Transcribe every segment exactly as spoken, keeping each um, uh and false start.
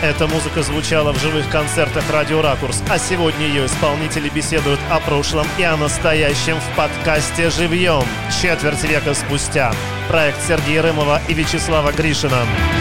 Эта музыка звучала в живых концертах «Радио Ракурс», а сегодня ее исполнители беседуют о прошлом и о настоящем в подкасте «Живьем». Четверть века спустя. Проект Сергея Рымова и Вячеслава Гришина.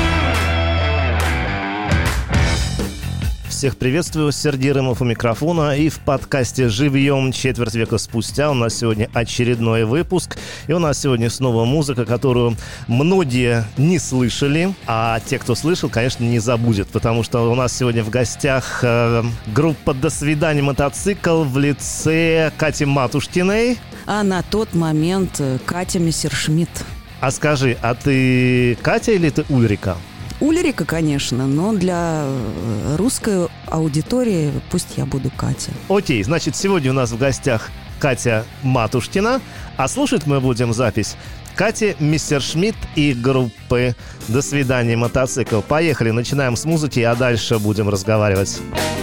Всех приветствую, Сергей Рымов у микрофона, и в подкасте «Живьем» четверть века спустя у нас сегодня очередной выпуск, и у нас сегодня снова музыка, которую многие не слышали, а те, кто слышал, конечно, не забудет, потому что у нас сегодня в гостях э, группа «До свидания, мотоцикл» в лице Кати Матушкиной. А на тот момент Катя Мессершмитт. А скажи, а ты Катя или ты Ульрика? Ульрика, конечно, но для русской аудитории пусть я буду Катя. Окей, значит, сегодня у нас в гостях Катя Матушкина, а слушать мы будем запись Кати Мессершмитт и группы «До свидания, мотоцикл». Поехали, начинаем с музыки, а дальше будем разговаривать.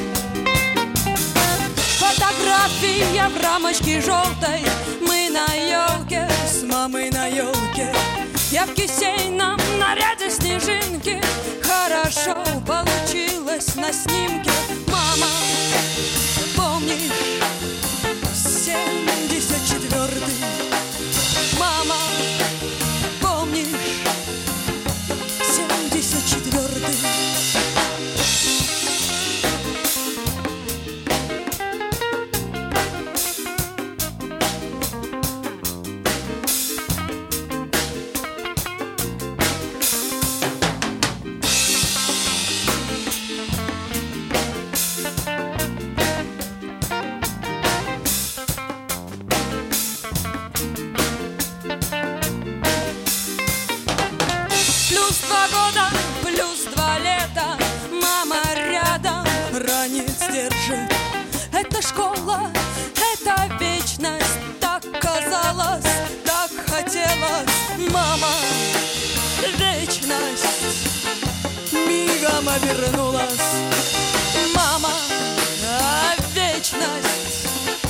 Фотография в рамочке желтой, мы на елке, с мамой на елке. Я в кисейном наряде снежинки, хорошо получилось на снимке. Мама, помнишь, семьдесят четвёртый. Мама, помнишь, семьдесят четвёртый. Это школа, это вечность, так казалось, так хотелось. Мама, вечность мигом обернулась. Мама, а вечность.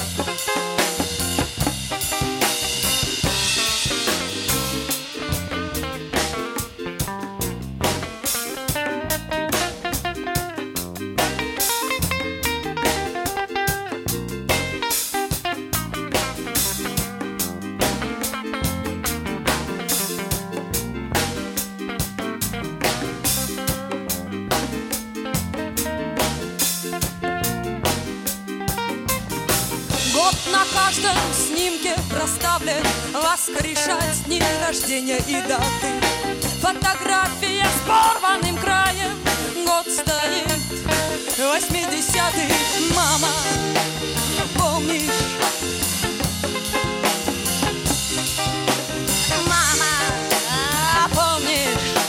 На каждом снимке проставлен воскрешать дни рождения и даты. Фотография с порванным краем, год стоит восьмидесятый. Мама, помнишь? Мама, а помнишь?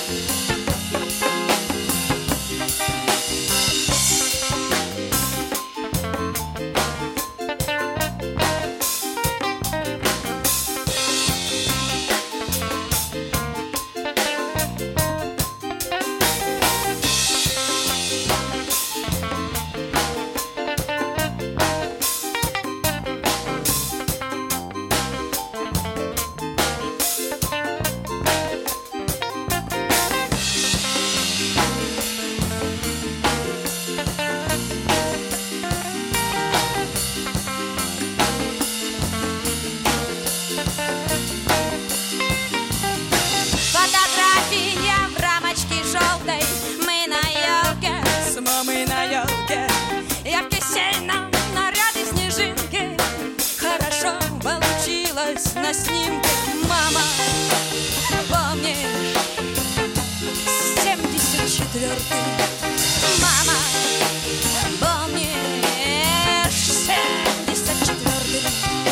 На снимке. Мама, помнишь, семьдесят четвёртый. Мама, помнишь, семьдесят четвёртый.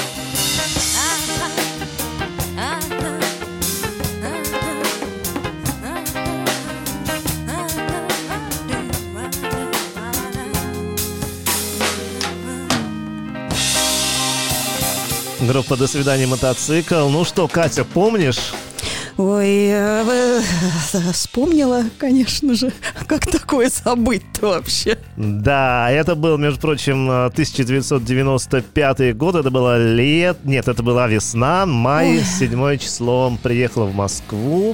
Группа «До свидания, мотоцикл». Ну что, Катя, помнишь? Ой, э, вспомнила, конечно же. Как такое забыть-то вообще? Да, это был, между прочим, тысяча девятьсот девяносто пятый год. Это было лет... Нет, это была весна, май, седьмое число. Он приехал в Москву.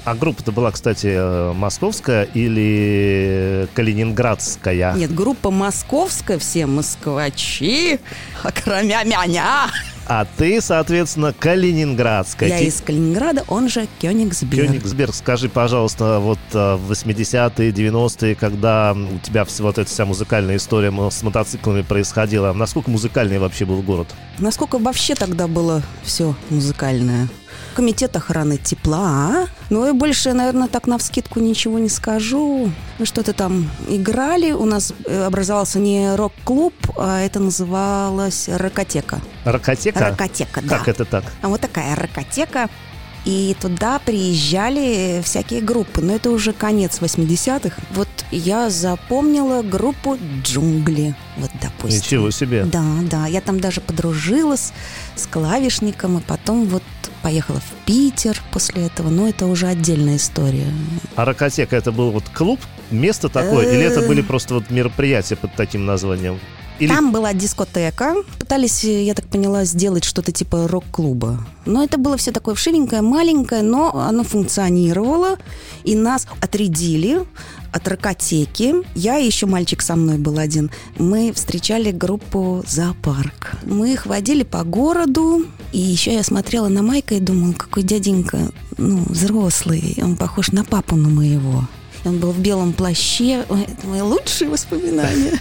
А группа-то была, кстати, э, московская или калининградская? Нет, группа московская, все москвачи, кроме меня. А ты, соответственно, калининградская. Я Ти- из Калининграда, он же Кёнигсберг. Кёнигсберг, скажи, пожалуйста, вот э, в восьмидесятые, девяностые, когда у тебя вся, вот эта вся музыкальная история мо- с мотоциклами происходила, насколько музыкальный вообще был город? Насколько вообще тогда было все музыкальное? Комитет охраны тепла. Ну и больше, наверное, так навскидку ничего не скажу. Мы что-то там играли. У нас э, образовался не рок-клуб, а это называлось рокотека. Рокотека? Рокотека, да. Как это так? А вот такая рокотека. И туда приезжали всякие группы. Но это уже конец восьмидесятых. Вот я запомнила группу «Джунгли». Вот, допустим. Ничего себе. Да, да. Я там даже подружилась с клавишником, и потом вот поехала в Питер после этого. Но это уже отдельная история. А рокотека это был вот клуб, место такое, или это были просто вот мероприятия под таким названием? Или... Там была дискотека. Пытались, я так поняла, сделать что-то типа рок-клуба. Но это было все такое вшивенькое, маленькое, но оно функционировало. И нас отрядили от рокотеки. Я и еще мальчик со мной был один. Мы встречали группу «Зоопарк». Мы их водили по городу. И еще я смотрела на Майка и думала, какой дяденька, ну, взрослый. Он похож на папу на моего. Он был в белом плаще. Ой, это мои лучшие воспоминания.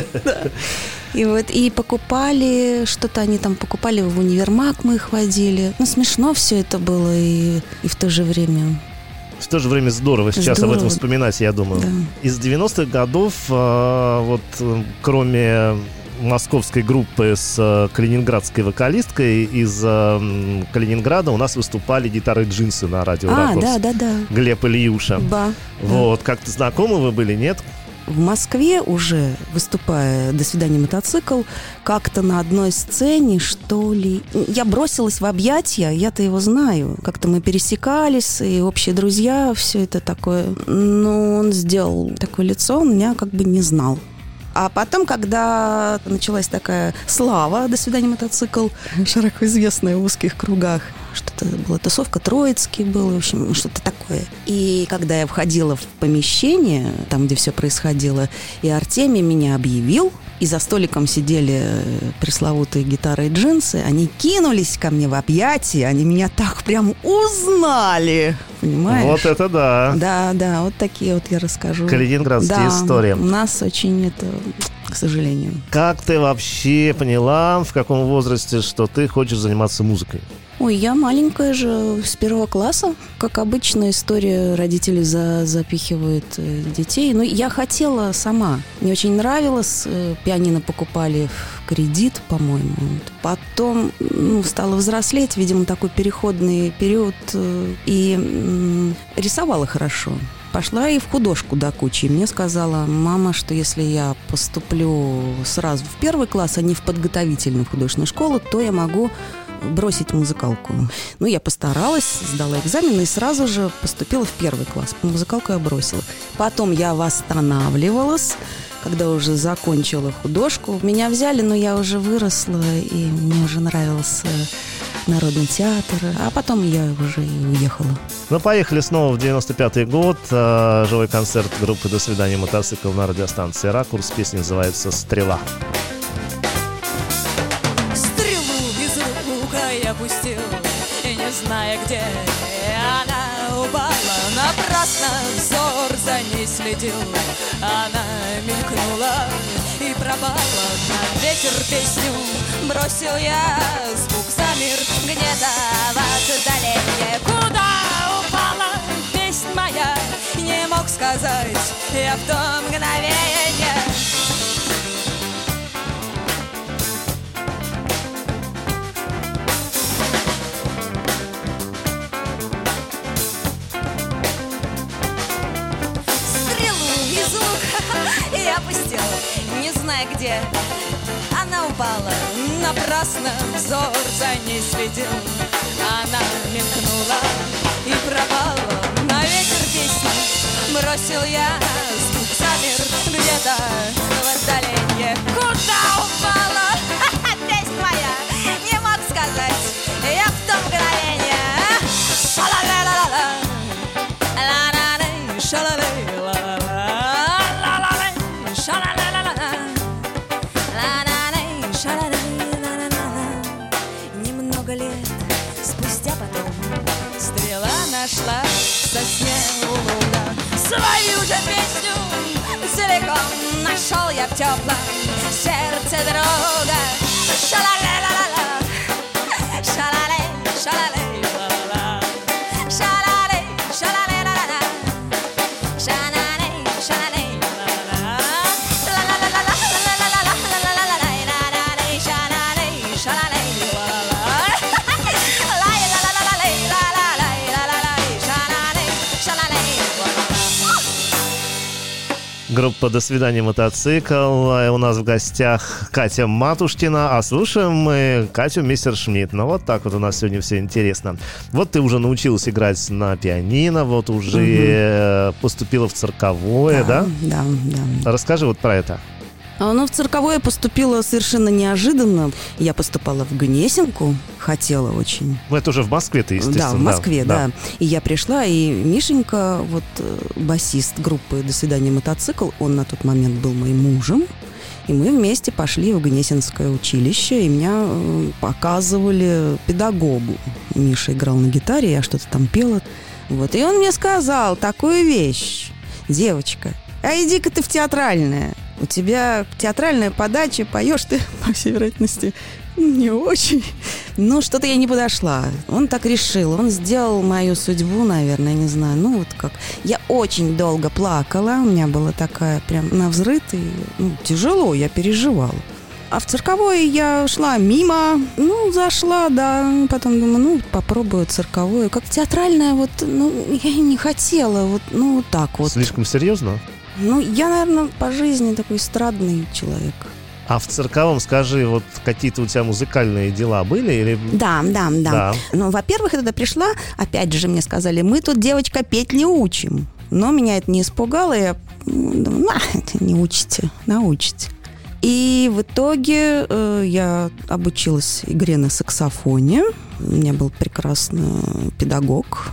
И вот, и покупали, что-то они там покупали в универмаг, мы их водили. Ну, смешно все это было и, и в то же время. В то же время здорово сейчас Здорово. об этом вспоминать, я думаю. Да. Из девяностых годов, э, вот э, кроме московской группы с э, калининградской вокалисткой, из э, м, Калининграда у нас выступали гитары «Джинсы» на радио А, «Ракурс». да, да, да. Глеб Ильюша. Ба. Вот, как-то знакомы вы были, нет? В Москве уже, выступая «До свидания, мотоцикл», как-то на одной сцене, что ли... Я бросилась в объятия, я-то его знаю. Как-то мы пересекались, и общие друзья, все это такое. Но он сделал такое лицо, он меня как бы не знал. А потом, когда началась такая слава «До свидания, мотоцикл», широко известная в узких кругах, что-то была тусовка, Троицкий был, в общем, что-то такое. И когда я входила в помещение, там, где все происходило, и Артемий меня объявил, и за столиком сидели пресловутые гитары и джинсы, они кинулись ко мне в объятия, они меня так прям узнали, понимаешь? Вот это да. Да, да, вот такие вот я расскажу. Калининградские да, истории. У нас очень это, к сожалению. Как ты вообще поняла, в каком возрасте, что ты хочешь заниматься музыкой? Ой, я маленькая же, с первого класса. Как обычно, история, родители за, запихивают э, детей. Но я хотела сама. Мне очень нравилось. Э, пианино покупали в кредит, по-моему. Потом ну, стала взрослеть, видимо, такой переходный период. Э, и м, рисовала хорошо. Пошла и в художку до кучи. Мне сказала мама, что если я поступлю сразу в первый класс, а не в подготовительную художественную школу, то я могу бросить музыкалку. Ну, я постаралась, сдала экзамены и сразу же поступила в первый класс. Музыкалку я бросила. Потом я восстанавливалась, когда уже закончила художку. Меня взяли, но я уже выросла, и мне уже нравился Народный театр. А потом я уже и уехала. Ну, поехали снова в девяносто пятый год. Э, Живой концерт группы «До свидания, мотоцикл» на радиостанции «Ракурс». Песня называется «Стрела». Я пустил, и не зная, где она упала. Напрасно взор за ней следил. Она мелькнула и пропала. На ветер песню бросил я. Звук замер где-то в отдалении. Куда упала песнь моя? Не мог сказать я в то мгновение. Я опустил, не зная где она упала. Напрасно взор за ней следил. Она мелькнула и пропала. На ветер песню бросил я. Звук замер где-то в отдалении. Куда упала песнь моя? Не мог сказать я в то мгновение. Ша-ла-ла-ла-ла. Немного лет спустя потом стрела нашла в сосне у луга свою же песню целиком. Нашел я в теплом сердце друга. Ша-ла-ла-ла-ла, ша-ла-лей, ша-ла-лей, ла-ла-ла, ша-ла-лей, ша-ла-лей-ла-ла-ла, ша-ла-лей, ша-ла-лей, ла-ла-ла, ла-ла-ла-ла-ла-ла-ла-ла-ла-ла-ла-ла-ла-ла, ша-ла-лей, ша-ла-лей, ла-ла-ла, лай-ла-ла-ла-ла-лей, ла-ла-ла-лей, ла-ла-лей, ша-ла-лей, ша-ла-лей, ла-ла-ла. Группа «До свидания, мотоцикл». У нас в гостях Катя Матушкина, а слушаем мы Катю Мессершмитт. Ну, вот так вот у нас сегодня все интересно. Вот ты уже научилась играть на пианино, вот уже угу. поступила в цирковое, да? Да, да, да. Расскажи вот про это. Ну, в цирковое я поступила совершенно неожиданно. Я поступала в Гнесинку, хотела очень. Ну, это уже в Москве-то, естественно. Да, в Москве, да. да. И я пришла, и Мишенька, вот басист группы «До свидания, мотоцикл», он на тот момент был моим мужем. И мы вместе пошли в Гнесинское училище, и меня показывали педагогу. Миша играл на гитаре, я что-то там пела. Вот. И он мне сказал такую вещь: девочка, а иди-ка ты в театральное. У тебя театральная подача, поешь ты, по всей вероятности, не очень. Но что-то я не подошла. Он так решил. Он сделал мою судьбу, наверное, не знаю. Ну, вот как. Я очень долго плакала. У меня была такая прям навзрыд. И, ну, тяжело, я переживала. А в цирковое я шла мимо. Ну, зашла, да. Потом думаю, ну, попробую цирковое. Как театральное, вот, ну, я не хотела. Вот, ну, вот так вот. Слишком серьезно? Ну, я, наверное, по жизни такой эстрадный человек. А в цирковом, скажи, вот какие-то у тебя музыкальные дела были? Или... Да, да, да, да. Ну, во-первых, я туда пришла, опять же, мне сказали, мы тут, девочка, петь не учим. Но меня это не испугало, я думаю, а, не учите, научите. И в итоге э, я обучилась игре на саксофоне. У меня был прекрасный педагог.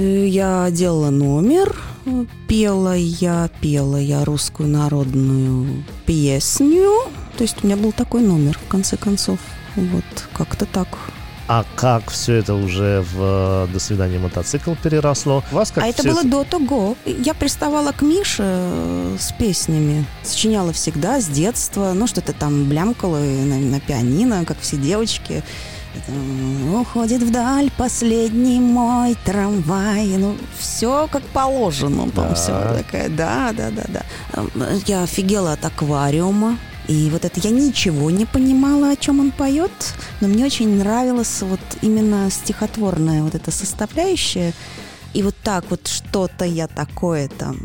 Я делала номер, пела я, пела я русскую народную песню. То есть у меня был такой номер, в конце концов. Вот, как-то так. А как все это уже в «До свидания, мотоцикл» переросло? Вас как а это было это... до того. Я приставала к Мише с песнями. Сочиняла всегда, с детства. Ну, что-то там блямкала на, на пианино, как все девочки. Уходит вдаль последний мой трамвай. Ну, все как положено. Там да. Все такая, да, да, да, да. Я офигела от аквариума. И вот это я ничего не понимала, о чем он поет, но мне очень нравилась вот именно стихотворная вот эта составляющая. И вот так вот что-то я такое там,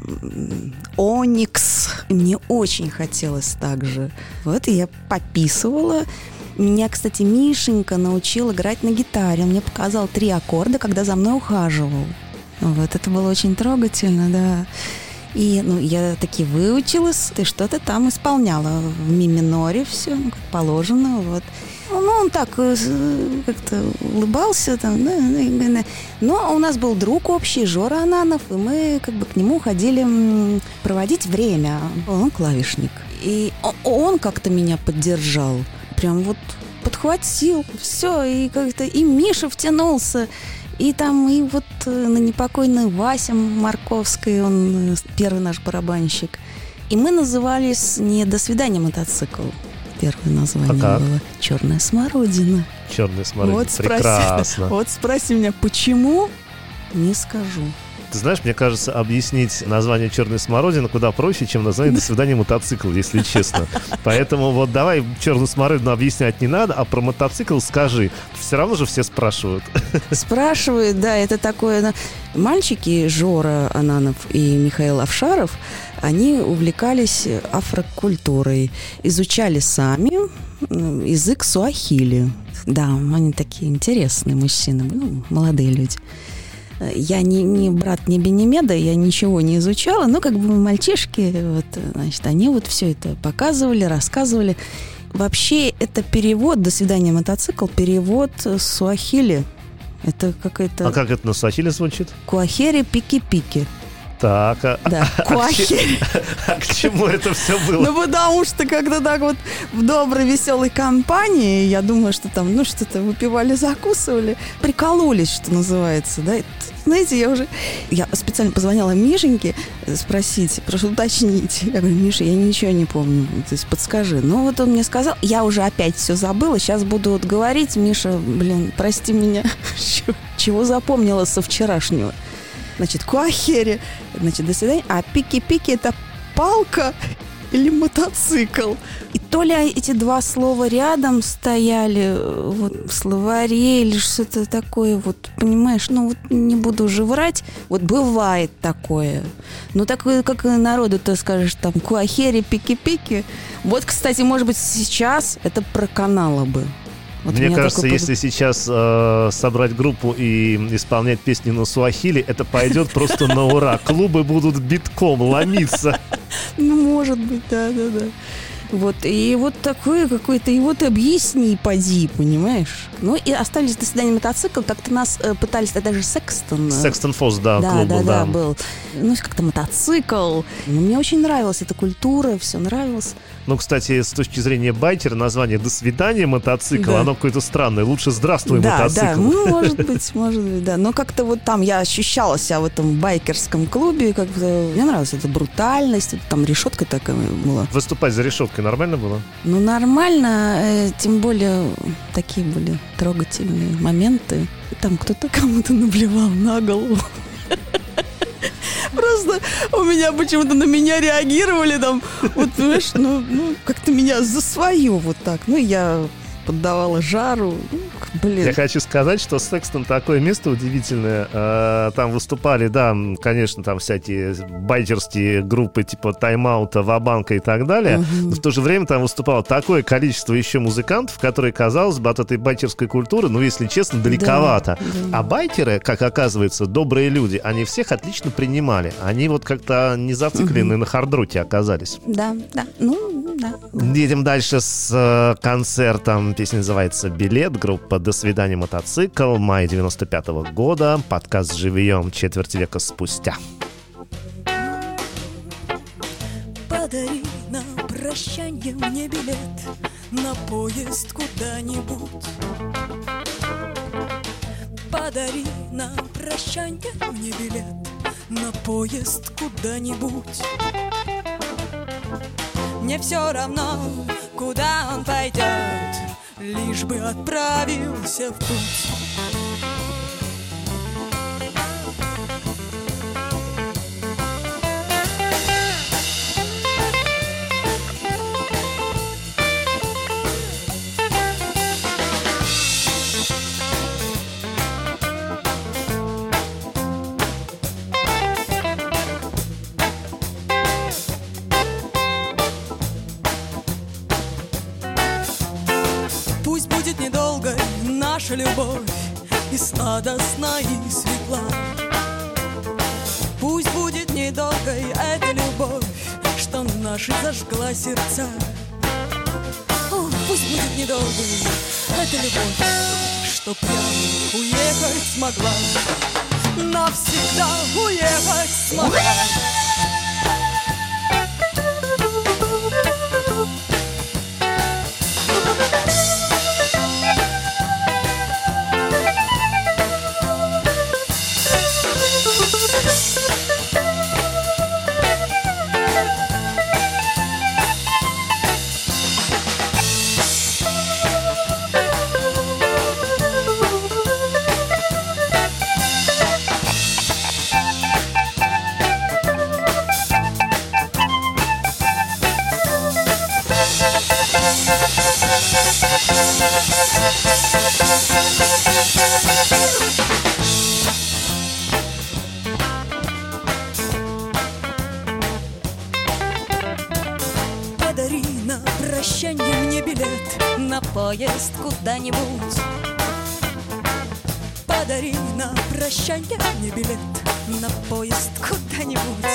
оникс, мне очень хотелось так же. Вот, и я пописывала. Меня, кстати, Мишенька научил играть на гитаре. Он мне показал три аккорда, когда за мной ухаживал. Вот, это было очень трогательно, да. И, ну, я таки выучилась, и что-то там исполняла в ми-миноре, все, ну, как положено, вот. Ну, он так как-то улыбался там, да, да. Но у нас был друг общий, Жора Ананов, и мы как бы к нему ходили проводить время. Он клавишник. И он как-то меня поддержал, прям вот подхватил, все, и как-то и Миша втянулся. И там, и вот на непокойную Вася Марковской, он первый наш барабанщик. И мы назывались не «До свидания, мотоцикл». Первое название а было «Черная смородина». «Черная смородина», вот прекрасно. Спроси, вот спроси меня, почему? Не скажу. Ты знаешь, мне кажется, объяснить название «Черной смородины» куда проще, чем название «До свидания, мотоцикл», если честно. Поэтому вот давай «Черную смородину» объяснять не надо, а про мотоцикл скажи. Все равно же все спрашивают. Спрашивают, да, это такое... Мальчики Жора Ананов и Михаил Авшаров, они увлекались афрокультурой, изучали сами язык суахили. Да, они такие интересные мужчины, ну, молодые люди. Я не, не брат, не Бенемеда, я ничего не изучала, но как бы мальчишки, вот, значит, они вот все это показывали, рассказывали. Вообще, это перевод «До свидания, мотоцикл», перевод с суахили. Это какая-то... А как это на суахили звучит? Куахери пики-пики. Так, а, Да, а, куахери. А к чему это все было? Ну, потому что когда так вот в доброй, веселой компании, я думаю, что там, ну, что-то выпивали, закусывали, прикололись, что называется, да. Знаете, я уже... Я специально позвонила Мишеньке спросить, просто уточнить. Я говорю: Миша, я ничего не помню, то есть подскажи. Ну, вот он мне сказал, я уже опять все забыла, сейчас буду вот говорить. Миша, блин, прости меня, чего запомнила со вчерашнего? Значит, куахери, значит, до свидания. А пики-пики — это палка или мотоцикл. И то ли эти два слова рядом стояли вот в словаре или что-то такое, вот, понимаешь, ну вот не буду уже врать, вот бывает такое. Ну, такое, как народу, ты скажешь, там, куахери, пики-пики. Вот, кстати, может быть, сейчас это проканало бы. Вот Мне кажется, такой... если сейчас э, собрать группу и исполнять песни на суахили, это пойдет просто на ура. Клубы будут битком ломиться. Ну, может быть, да-да-да. Вот, и вот такое какое-то, и вот объясни, поди, понимаешь? Ну, и остались до свидания мотоцикл, как-то нас э, пытались, это даже Секстон. Секстон Фос, да, да, клуб да, был, да, да. был. Ну, как-то мотоцикл. Ну, мне очень нравилась эта культура, все нравилось. Ну, кстати, с точки зрения байкера, название «До свидания, мотоцикл», да. оно какое-то странное. Лучше «Здравствуй, да, мотоцикл». Да, ну, может быть, может быть, да. Но как-то вот там я ощущала себя в этом байкерском клубе, как-то мне нравилась эта брутальность, там решетка такая была. Выступать за решеткой нормально было? Ну, нормально, э, тем более такие были трогательные моменты. Там кто-то кому-то наблевал на голову. Просто у меня почему-то на меня реагировали там, вот, понимаешь, ну, ну как-то меня за свое вот так. Ну, я поддавала жару. Блин. Я хочу сказать, что Секстон такое место удивительное. Там выступали, да, конечно, там всякие байкерские группы типа Тайм-аута, Ва-банка и так далее. Uh-huh. Но в то же время там выступало такое количество еще музыкантов, которые, казалось бы, от этой байкерской культуры, ну, если честно, далековато. Да, да. А байкеры, как оказывается, добрые люди, они всех отлично принимали. Они вот как-то не зациклены uh-huh. на хард-роке оказались. Да, да, ну, да. Едем дальше с концертом. Песня называется «Билет», группа «До свидания, мотоцикл», май девяносто пятого года, подкаст «Живьем» четверть века спустя. Подари на прощанье мне билет на поезд куда-нибудь. Подари на прощанье мне билет на поезд куда-нибудь. Мне все равно, куда он пойдет, лишь бы отправился в путь. Пусть будет недолгой наша любовь, и сладостна, и светла. Пусть будет недолгой эта любовь, что наши зажгла сердца. О, пусть будет недолгой эта любовь, что прямо уехать смогла, навсегда уехать смогла. Подари на прощанье мне билет на поезд куда-нибудь. Подари на прощанье мне билет на поезд куда-нибудь.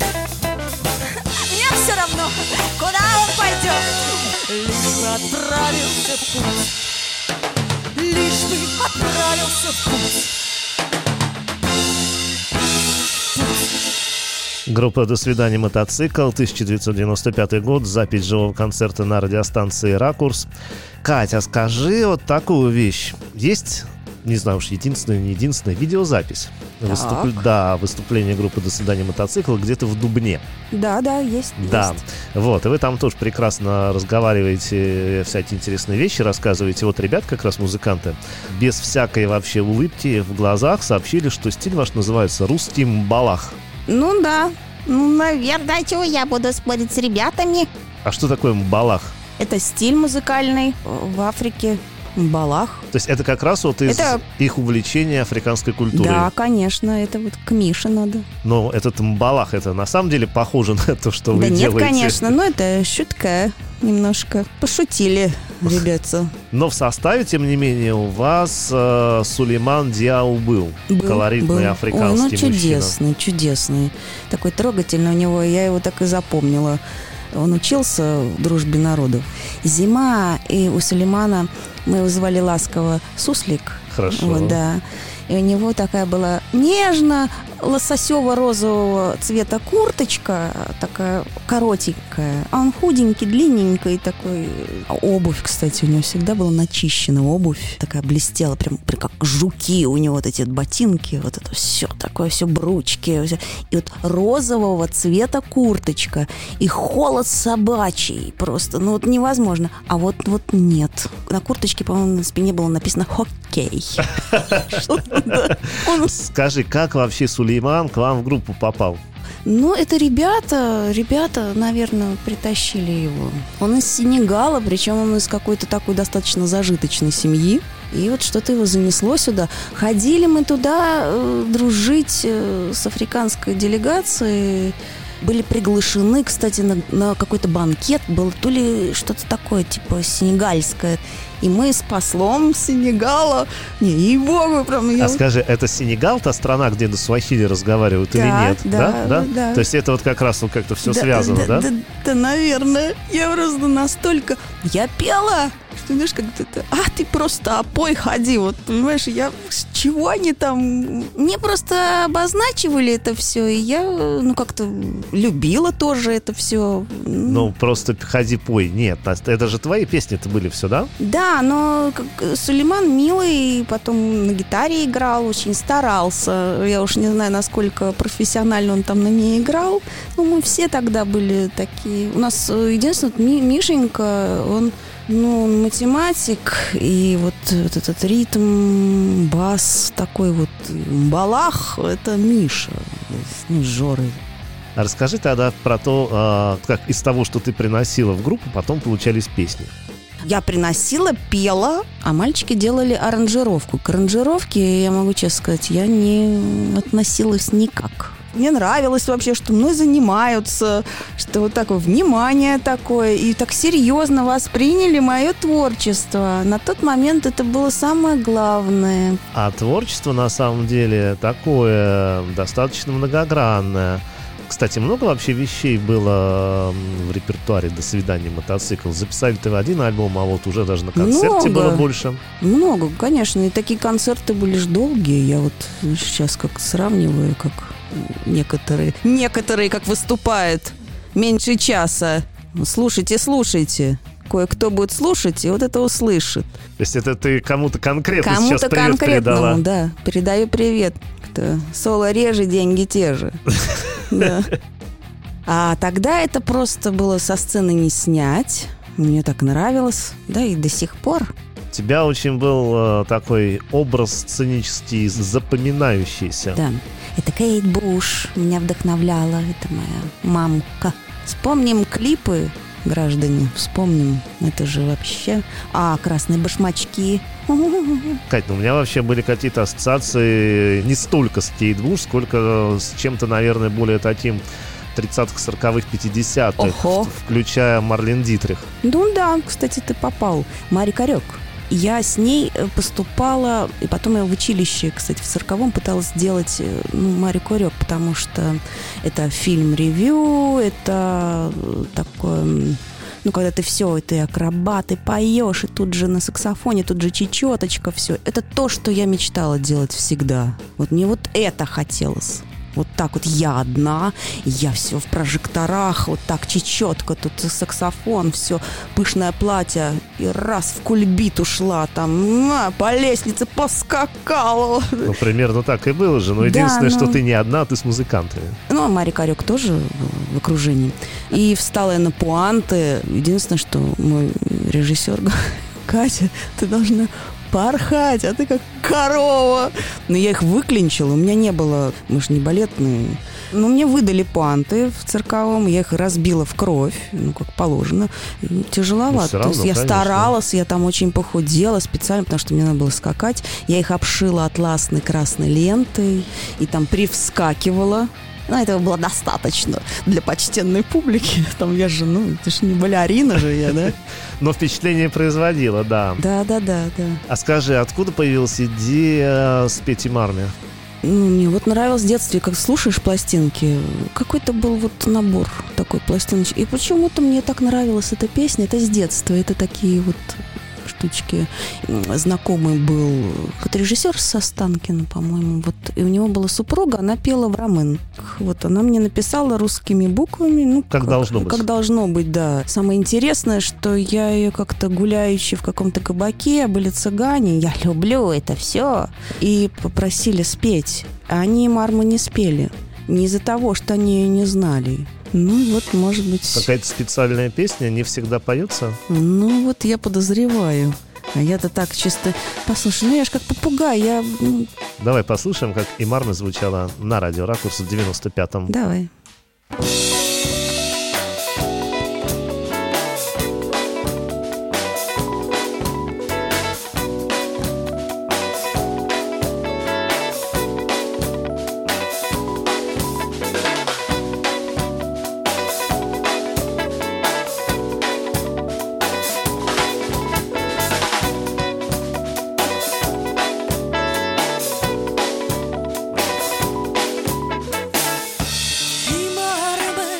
Мне все равно, куда он пойдет, лишь бы отправился в путь, лишь бы отправился в путь. Путь. Группа «До свидания, мотоцикл», тысяча девятьсот девяносто пятый год, запись живого концерта на радиостанции «Ракурс». Катя, скажи вот такую вещь. Есть, не знаю уж, единственная, не единственная, видеозапись. Выступ... Да, выступление группы «До свидания, мотоцикл» где-то в Дубне. Да, да, есть. Да, есть. вот, и вы там тоже прекрасно разговариваете, всякие интересные вещи рассказываете. Вот ребят, как раз музыканты, без всякой вообще улыбки в глазах сообщили, что стиль ваш называется «Русский мбалах». Ну да, ну, наверное, чего я буду спорить с ребятами. А что такое мбалах? Это стиль музыкальный в Африке. Мбалах. То есть это как раз вот из это... их увлечения африканской культурой? Да, конечно, это вот к Мише надо. Но этот мбалах, это на самом деле похоже на то, что вы да делаете? Да нет, конечно, но это шутка. Немножко пошутили ребята. Но в составе, тем не менее, у вас э, Сулейман Диау был. был колоритный был. африканский Ой, ну, мужчина. чудесный, чудесный. Такой трогательный у него, я его так и запомнила. Он учился в дружбе народов. Зима, и у Сулеймана, мы его звали ласково Суслик. Хорошо. Вот, да. И у него такая была нежно лососево-розового цвета курточка, такая коротенькая. А он худенький, длинненький такой. А обувь, кстати, у него всегда была начищена. Обувь такая блестела, прям, прям как жуки у него вот эти вот ботинки. Вот это все такое, все брючки. Все. И вот розового цвета курточка. И холод собачий просто. Ну вот невозможно. А вот, вот нет. На курточке, по-моему, на спине было написано «Хоккей». Скажи, как вообще Сулейман к вам в группу попал? Ну, это ребята, ребята, наверное, притащили его. Он из Сенегала, причем он из какой-то такой достаточно зажиточной семьи. И вот что-то его занесло сюда. Ходили мы туда э, дружить э, с африканской делегацией. Были приглашены, кстати, на, на какой-то банкет. Было то ли что-то такое, типа сенегальское. И мы с послом Сенегала... Не, ей-богу, прям... Я... А скажи, это Сенегал, та страна, где на суахили разговаривают, да, или нет? Да, да, да, да. То есть это вот как раз вот как-то все да, связано, да? Да, да, да, наверное. Я просто настолько... Я пела, что, знаешь, как-то... А, ты просто опой ходи, вот, понимаешь, я... Чего они там... Мне просто обозначивали это все, и я, ну, как-то любила тоже это все. Ну, просто ходи, пой. Нет, это же твои песни-то были все, да? Да, но как, Сулейман милый, потом на гитаре играл, очень старался. Я уж не знаю, насколько профессионально он там на ней играл. Но мы все тогда были такие. У нас единственное, Мишенька, он, ну, математик, и вот, вот этот ритм, бас такой вот, балах, это Миша, ну, с Жорой. А расскажи тогда про то, как из того, что ты приносила в группу, потом получались песни. Я приносила, пела, а мальчики делали аранжировку. К аранжировке, я могу честно сказать, я не относилась никак. Мне нравилось вообще, что мной занимаются, что вот такое внимание такое, и так серьезно восприняли мое творчество. На тот момент это было самое главное. А творчество, на самом деле, такое достаточно многогранное. Кстати, много вообще вещей было в репертуаре «До свидания, мотоцикл». Записали-то один альбом, а вот уже даже на концерте много. Было больше. Много, конечно. И такие концерты были ж долгие. Я вот сейчас как сравниваю, как некоторые, некоторые как выступают меньше часа. Слушайте, слушайте. Кое-кто будет слушать, и вот это услышит. То есть это ты кому-то конкретно кому-то сейчас привет передала? Кому-то да. Передаю привет. Кто соло реже, деньги те же. Да. А тогда это просто было со сцены не снять. Мне так нравилось. Да, и до сих пор. У тебя очень был э, такой образ сценический, запоминающийся. Да. Это Кейт Буш меня вдохновляла. Это моя мамка. Вспомним клипы, граждане. Вспомним. Это же вообще... А, красные башмачки. Кать, ну у меня вообще были какие-то ассоциации не столько с Кейт Буш, сколько с чем-то, наверное, более таким тридцатых, сороковых, пятидесятых, Охо. включая Марлен Дитрих. Ну да, кстати, ты попал. Мари Корек. Я с ней поступала, и потом я в училище, кстати, в сороковом пыталась сделать, ну, Мари Корек, потому что это фильм-ревью, это такое... Ну, когда ты все, ты акробат, ты поешь, и тут же на саксофоне, тут же чечеточка, все. Это то, что я мечтала делать всегда. Вот мне вот это хотелось. Вот так вот я одна, я все в прожекторах, вот так чечетка, тут саксофон, все, пышное платье, и раз в кульбит ушла, там, на, по лестнице поскакала. Ну, примерно так и было же, но единственное, да, но... что ты не одна, ты с музыкантами. Ну, а Марик Орек тоже в окружении. И встала я на пуанты, единственное, что мой режиссер говорит: Катя, ты должна порхать, а ты как корова. Но я их выклинчила, у меня не было, мы же не балетные. Но мне выдали пуанты в цирковом, я их разбила в кровь, ну, как положено. Ну, тяжеловато. Ну, равно, То есть я конечно. старалась, я там очень похудела специально, потому что мне надо было скакать. Я их обшила атласной красной лентой и там привскакивала. Но этого было достаточно для почтенной публики. Там я же, ну, это же не балерина же я, да? Но впечатление производило, да. Да, да, да, да. А скажи, откуда появилась идея спеть им армию? Ну, мне вот нравилось в детстве, как слушаешь пластинки, какой-то был вот набор такой пластиночек. И почему-то мне так нравилась эта песня, это с детства, это такие вот штучки. Знакомый был вот режиссер Состанкин, по-моему, вот, и у него была супруга, она пела в ромэн. Вот она мне написала русскими буквами, ну, как, как должно быть. Как должно быть, да. Самое интересное, что я ее как-то гуляющей в каком-то кабаке, были цыгане, я люблю это все, и попросили спеть. А они Марму не спели. Не из-за того, что они ее не знали. Ну, вот, может быть... Какая-то специальная песня не всегда поется? Ну, вот я подозреваю. А я-то так чисто... Послушай, ну я ж как попугай, я... Давай послушаем, как Имарна звучала на радио «Ракурс» в девяносто пятом. Давай. Марма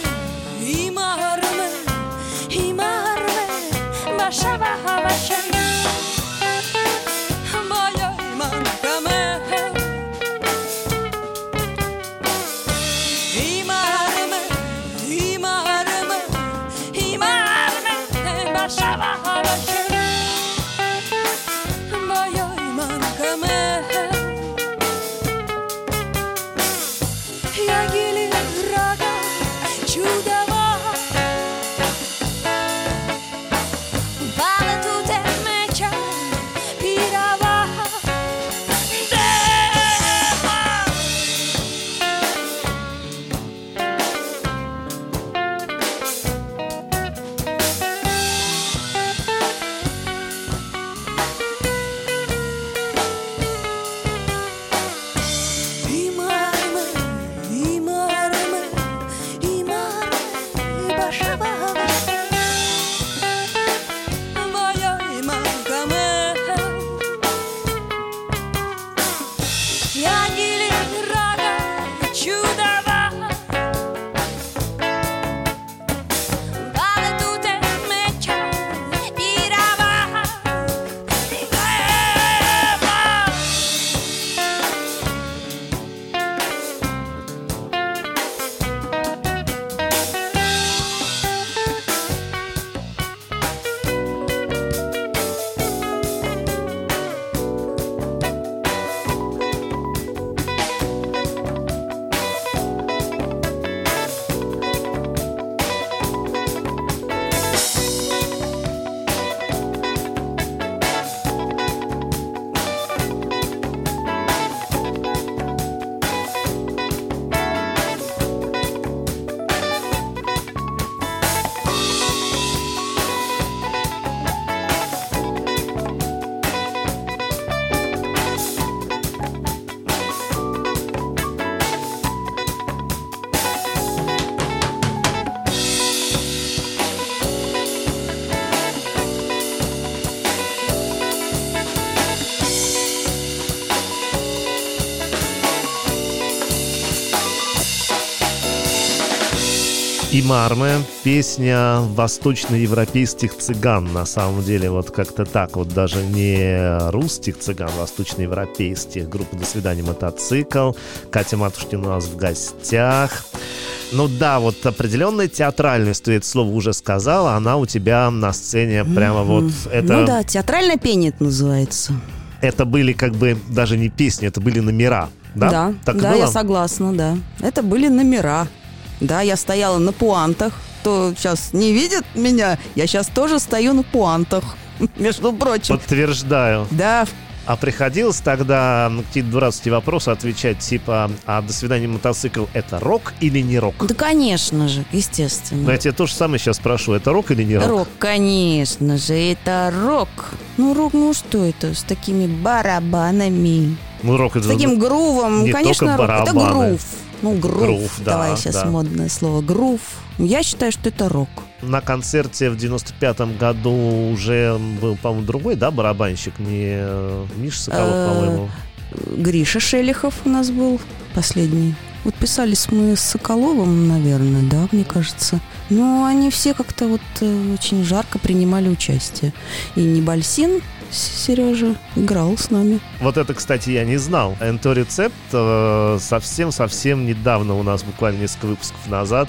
и Мармы, песня восточноевропейских цыган, на самом деле, вот как-то так, вот даже не русских цыган, восточноевропейских. Группа «До свидания, мотоцикл», Катя Матушкина у нас в гостях. Ну да, вот определенная театральность, ты это слово уже сказала, она у тебя на сцене прямо mm-hmm. вот это... Ну да, театральное пение это называется. Это были как бы даже не песни, это были номера, да? Да, так да, было? Я согласна, да. Это были номера. Да, я стояла на пуантах. Кто сейчас не видит меня, я сейчас тоже стою на пуантах, между прочим. Подтверждаю. Да. А приходилось тогда на какие-то дурацкие вопросы отвечать, типа, а «До свидания, мотоцикл» — это рок или не рок? Да, конечно же, естественно. Но я тебя то же самое сейчас спрошу, это рок или не рок? Рок, конечно же, это рок. Ну, рок, ну что это, с такими барабанами. Ну, рок это... С таким грувом, не конечно, только рок. Это грув. Ну, грув, грув давай да, сейчас да. модное слово, грув. Я считаю, что это рок. На концерте в девяносто пятом году уже был, по-моему, другой, да, барабанщик? Не Миша Соколов, по-моему. Гриша Шелихов у нас был последний. Вот писались мы с Соколовым, наверное, да, мне кажется. Но они все как-то вот очень жарко принимали участие. И Небольсин, Сережа, играл с нами. Вот это, кстати, я не знал. Энто Рецепт совсем-совсем недавно, у нас буквально несколько выпусков назад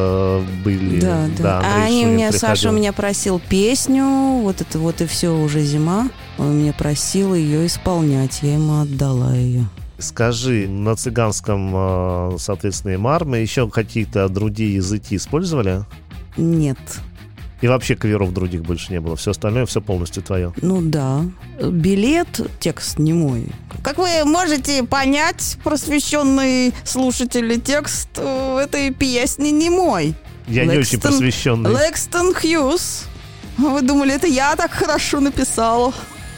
были. Да, да. да а они меня, приходил. Саша у меня просил песню, вот это вот и все, уже зима. Он меня просил ее исполнять, я ему отдала ее. Скажи, на цыганском, соответственно, и Марме еще какие-то другие языки использовали? Нет. И вообще каверов других больше не было. Все остальное, все полностью твое. Ну да. Билет, текст не мой. Как вы можете понять, просвещенные слушатели, текст этой песни не мой. Я Лэкстон, не очень просвещенный. Лэкстон Хьюз. Вы думали, это я так хорошо написала?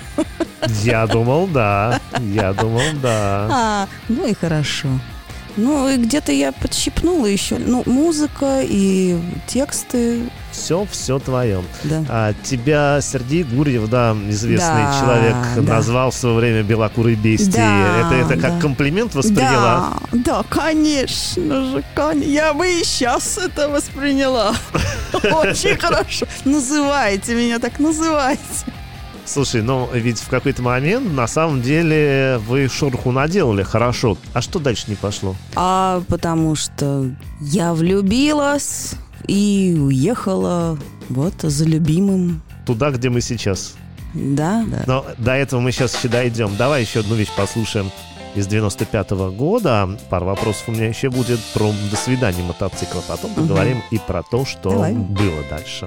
Я думал, да. Я думал, да. А, ну и хорошо. Ну, и где-то я подщипнула еще. Ну, музыка и тексты. Все, все твое. Да. А, тебя Сергей Гурьев, да, известный да, человек, да. назвал в свое время белокурой бестией. Да, это это как да. комплимент восприняла? Да, да, конечно же. Кон... Я бы и сейчас это восприняла. Очень хорошо. Называйте меня так, называйте. Слушай, ну ведь в какой-то момент на самом деле вы шороху наделали хорошо. А что дальше не пошло? А потому что я влюбилась и уехала вот за любимым. Туда, где мы сейчас. Да, да. Но до этого мы сейчас еще дойдем. Давай еще одну вещь послушаем из девяносто пятого года. Пару вопросов у меня еще будет про «До свидания, мотоцикл». Потом угу. поговорим и про то, что Давай. было дальше.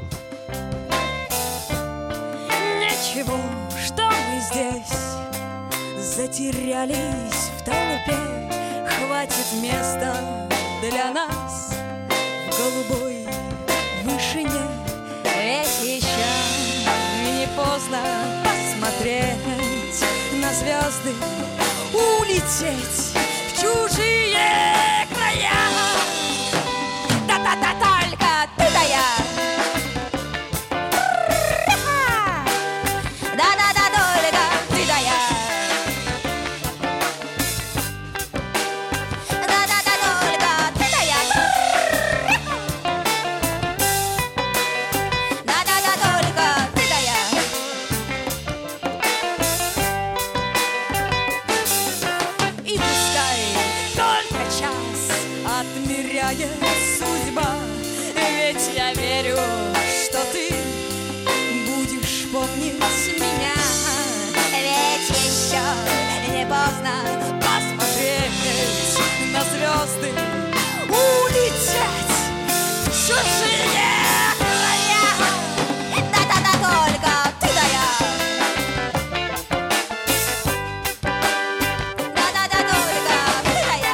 Затерялись в толпе, хватит места для нас в голубой вышине. Ведь еще не поздно посмотреть на звезды, улететь в чужие края. Да-да-да, только ты да я. Судьба, ведь я верю, что ты будешь помнить меня. Ведь еще не поздно посмотреть на звезды, улететь в чужие края. Да-да-да, только ты да я. Да-да-да, только ты да я.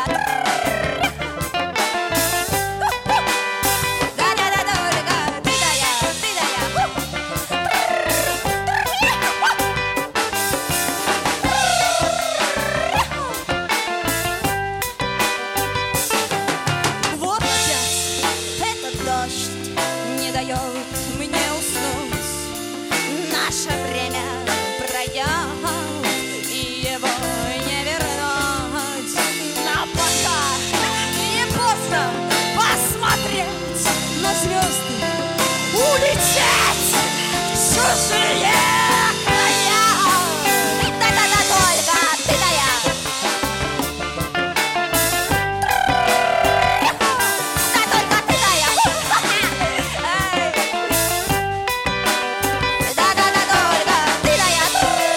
на звезды улететь в чужие края. Да-да-да, только ты да я. Да, только ты да я. Да-да-да, только ты да я.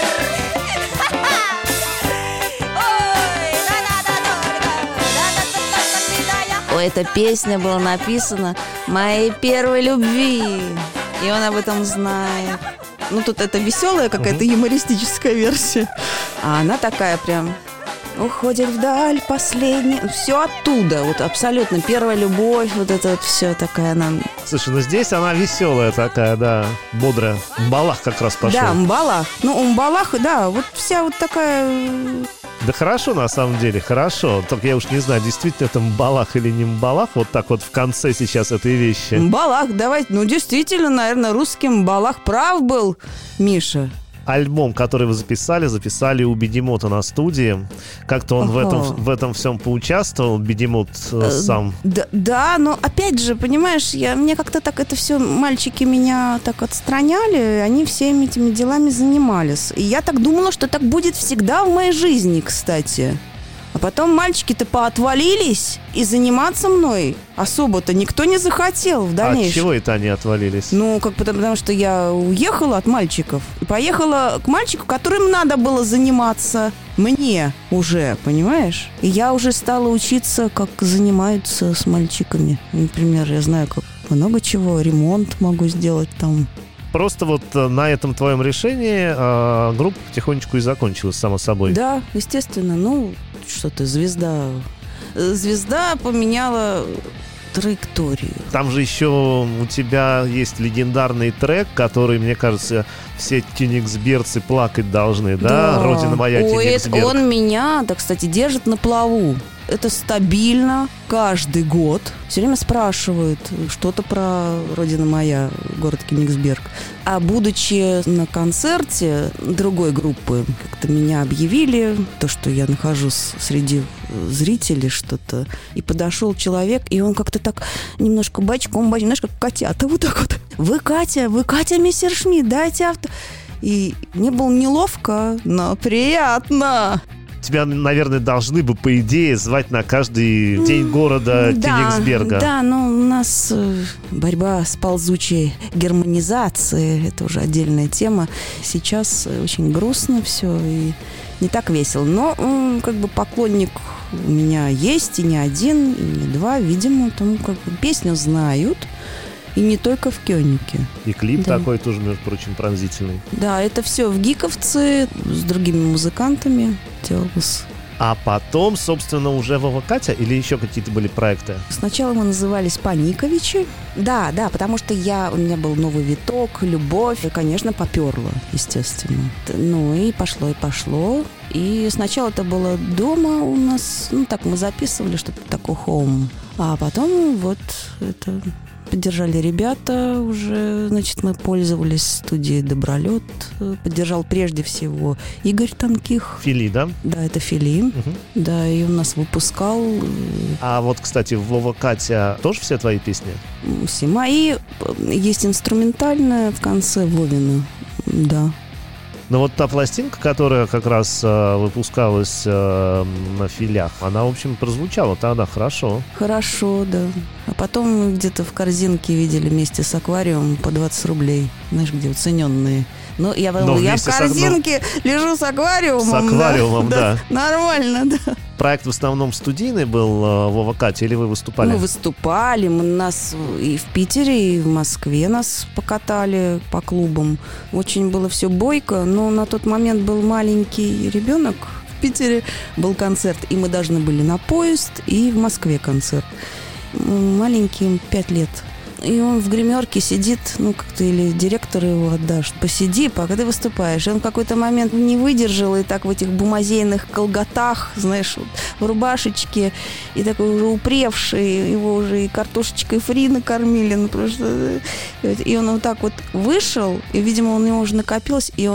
Ой, да-да-да, только, да-да-да, только ты да я. Эта песня была написана моей первой любви, и он об этом знает. Ну, тут это веселая какая-то юмористическая версия. А она такая прям... Уходит вдаль последний... Все оттуда, вот абсолютно. Первая любовь, вот это вот все такая она... Слушай, ну здесь она веселая такая, да, бодрая. Мбалах как раз пошел. Да, Мбалах. Ну, Мбалах, да, вот вся вот такая... Да хорошо, на самом деле, хорошо. Только я уж не знаю, действительно это Мбалах или не Мбалах, вот так вот в конце сейчас этой вещи. Мбалах, давайте, ну, действительно, наверное, русский Мбалах прав был, Миша. Альбом, который вы записали, записали у Бедемота на студии. Как-то он в Ага. этом, в этом всем поучаствовал, Бедемот э, сам. Да, да, но опять же, понимаешь, я, мне как-то так это все, мальчики меня так отстраняли, они всеми этими делами занимались. И я так думала, что так будет всегда в моей жизни, кстати. А потом мальчики-то поотвалились, и заниматься мной особо-то никто не захотел в А от дальнейшем. чего это они отвалились? Ну, как потому, потому что я уехала от мальчиков и поехала к мальчику, которым надо было заниматься мне уже, понимаешь? И я уже стала учиться, как занимаются с мальчиками. Например, я знаю, как много чего, ремонт могу сделать там. Просто вот э, на этом твоем решении э, группа потихонечку и закончилась, само собой. Да, естественно, ну, что ты, звезда... Звезда поменяла траекторию. Там же еще у тебя есть легендарный трек, который, мне кажется, все кёнигсбергцы плакать должны, да? Родина моя, Ой, Кёнигсберг. он меня, да, кстати, держит на плаву. Это стабильно, каждый год. Все время спрашивают что-то про «Родина моя», город Кёнигсберг. А будучи на концерте другой группы, как-то меня объявили, то, что я нахожусь среди зрителей что-то, и подошел человек, и он как-то так немножко бочком, бочком, знаешь, как котята, вот так вот. «Вы Катя, вы Катя Мессершмитт, дайте авто». И мне было неловко, но приятно. Тебя, наверное, должны бы, по идее, звать на каждый день города Да, Кёнигсберга. да, но у нас э, борьба с ползучей германизацией, это уже отдельная тема. Сейчас э, очень грустно все и не так весело. Но э, как бы поклонник у меня есть, и не один, и не два. Видимо, там как бы песню знают. И не только в Кёниге. И клип Да. такой тоже, между прочим, пронзительный. Да, это все в Гиковце с другими музыкантами делалось. А потом, собственно, уже Вова Катя или еще какие-то были проекты? Сначала мы назывались Паниковичи. Да, да, потому что я, у меня был новый виток, любовь. И, конечно, поперло, естественно. Т- Ну и пошло, и пошло. И сначала это было дома у нас. Ну так, мы записывали что-то такое, home. А потом вот это... Поддержали ребята уже, значит, мы пользовались студией «Добролет». Поддержал прежде всего Игорь Тонких. Фили, да? Да, это Фили. Мгм. Да, и он нас выпускал. А вот, кстати, Вова Катя тоже все твои песни? Все мои. Есть инструментальная в конце Вовина. Да. Но вот та пластинка, которая как раз э, выпускалась э, на филях, она, в общем, прозвучала тогда хорошо. Хорошо, да. А потом мы где-то в корзинке видели вместе с аквариумом по двадцать рублей. Знаешь, где уцененные. Ну, я подумала, я в вместе с ак- корзинке лежу с аквариумом. С аквариумом, да. Нормально, да. Проект в основном студийный был, э, Вова Катя, или вы выступали? Мы выступали, мы нас и в Питере, и в Москве нас покатали по клубам. Очень было все бойко, но на тот момент был маленький ребенок. В Питере был концерт, и мы должны были на поезд, и в Москве концерт. Маленький, пять лет. И он в гримерке сидит, ну, как-то или директор его отдашь. Посиди, пока ты выступаешь. И он в какой-то момент не выдержал, и так в этих бумазейных колготах, знаешь, вот, в рубашечке, и такой уже упревший, его уже и картошечкой фри накормили. Ну, просто... И он вот так вот вышел, и, видимо, у него уже накопилось, и он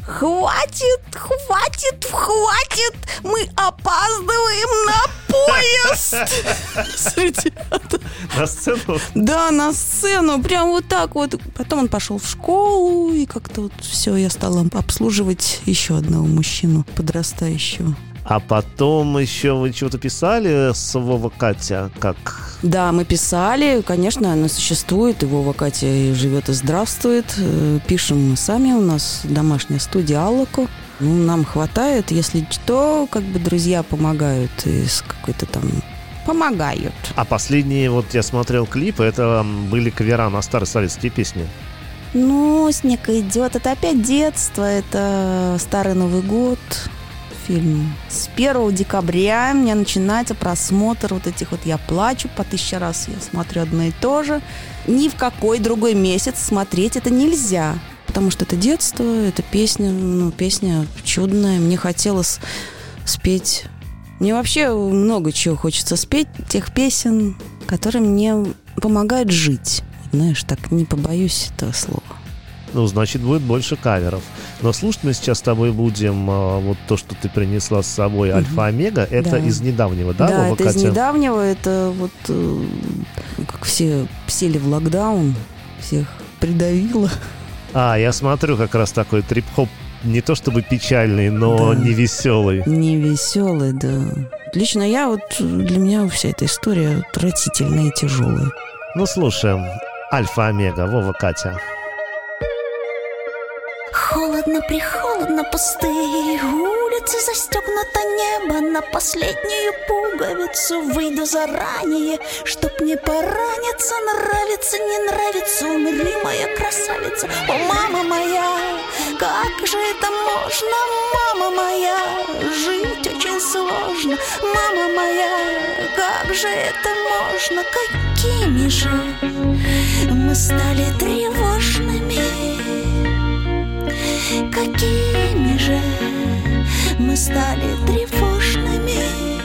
Хватит, хватит, хватит! Мы опаздываем на поезд! На сцену? Да, на сцену, прям вот так вот. Потом он пошел в школу, и как-то вот все, я стала обслуживать еще одного мужчину подрастающего. А потом еще вы что-то писали с Вова Катя? Как? Да, мы писали, конечно, она существует, и Вова Катя и живет, и здравствует. Пишем мы сами, у нас домашняя студия Аллоко. Ну, нам хватает, если что, как бы друзья помогают из какой-то там... Помогают. А последние, вот я смотрел клипы, это были кавера на старые советские песни. Ну, снег идет, это опять детство, это Старый Новый год. Фильм. С первого декабря у меня начинается просмотр вот этих вот «Я плачу» по тысяче раз. Я смотрю одно и то же. Ни в какой другой месяц смотреть это нельзя. Потому что это детство, это песня, ну, песня чудная. Мне хотелось спеть. Мне вообще много чего хочется спеть. Тех песен, которые мне помогают жить. Знаешь, так не побоюсь этого слова. Ну, значит, будет больше каверов. Но слушать мы сейчас с тобой будем а, вот то, что ты принесла с собой, Альфа-Омега. Это да. из недавнего, да? Да, Вова это Катя? из недавнего. Это вот э, как все сели в локдаун, всех придавило. А, я смотрю, как раз такой трип-хоп, не то чтобы печальный, но да. не веселый. Не веселый, да. Лично я, вот для меня вся эта история отвратительная и тяжелая. Ну, слушаем. Альфа-Омега, Вова Катя. Холодно, прихолодно, пустые улицы, застегнуто небо на последнюю пуговицу. Выйду заранее, чтоб не пораниться. Нравится, не нравится, умри, моя красавица. О, мама моя, как же это можно, мама моя? Жить очень сложно, мама моя, как же это можно? Какими же мы стали тревожными? Какими же мы стали тревожными?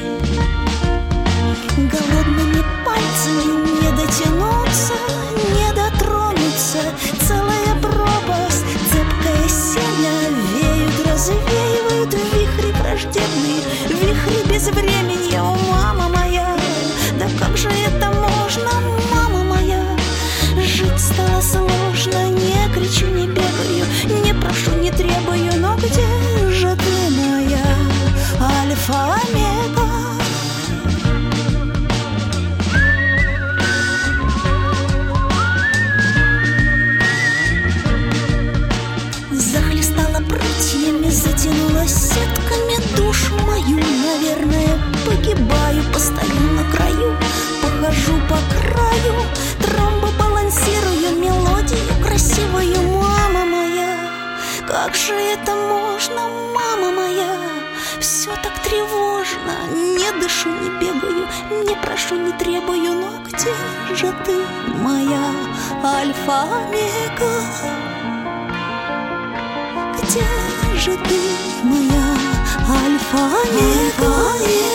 Голодными пальцами не дотянуться, не дотронуться. Целая пропасть, цепкое семя веют, развеивают вихри враждебные, вихри безвременья. О, мама моя, да как же это можно, мама моя? Жить стало сложно, не кричу, не бегаю, не прошу, не требую, но где же ты моя Альфа-Омега? Захлестала прутьями, затянула сетками душу мою. Наверное, погибаю, постою на краю, похожу по краю, тромбо балансирую, мелодию красивую, мама моя. Как же это можно, мама моя? Все так тревожно, не дышу, не бегаю, не прошу, не требую, но где же ты, моя Альфа-Омега? Где же ты, моя Альфа-Омега?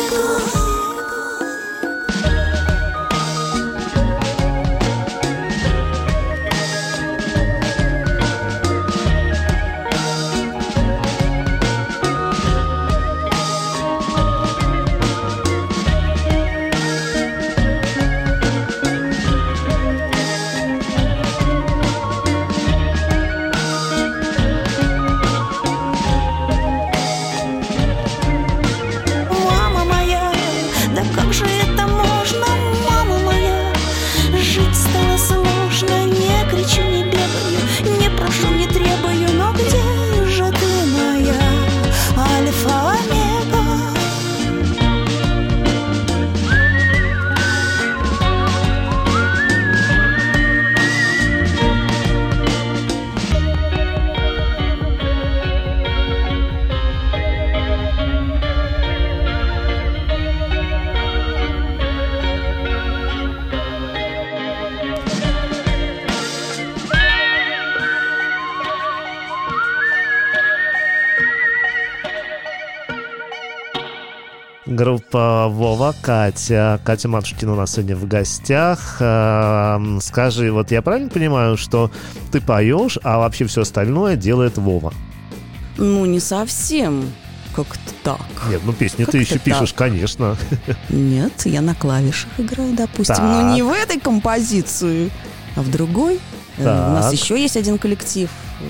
Группа Вова Катя. Катя Матушкина у нас сегодня в гостях. Скажи, вот я правильно понимаю, что ты поешь, а вообще все остальное делает Вова? Ну, не совсем. Как-то так. Нет, ну песни Как ты еще это пишешь, так? конечно. Нет, я на клавишах играю, допустим. Так. Но не в этой композиции, а в другой. Э, Так. У нас еще есть один коллектив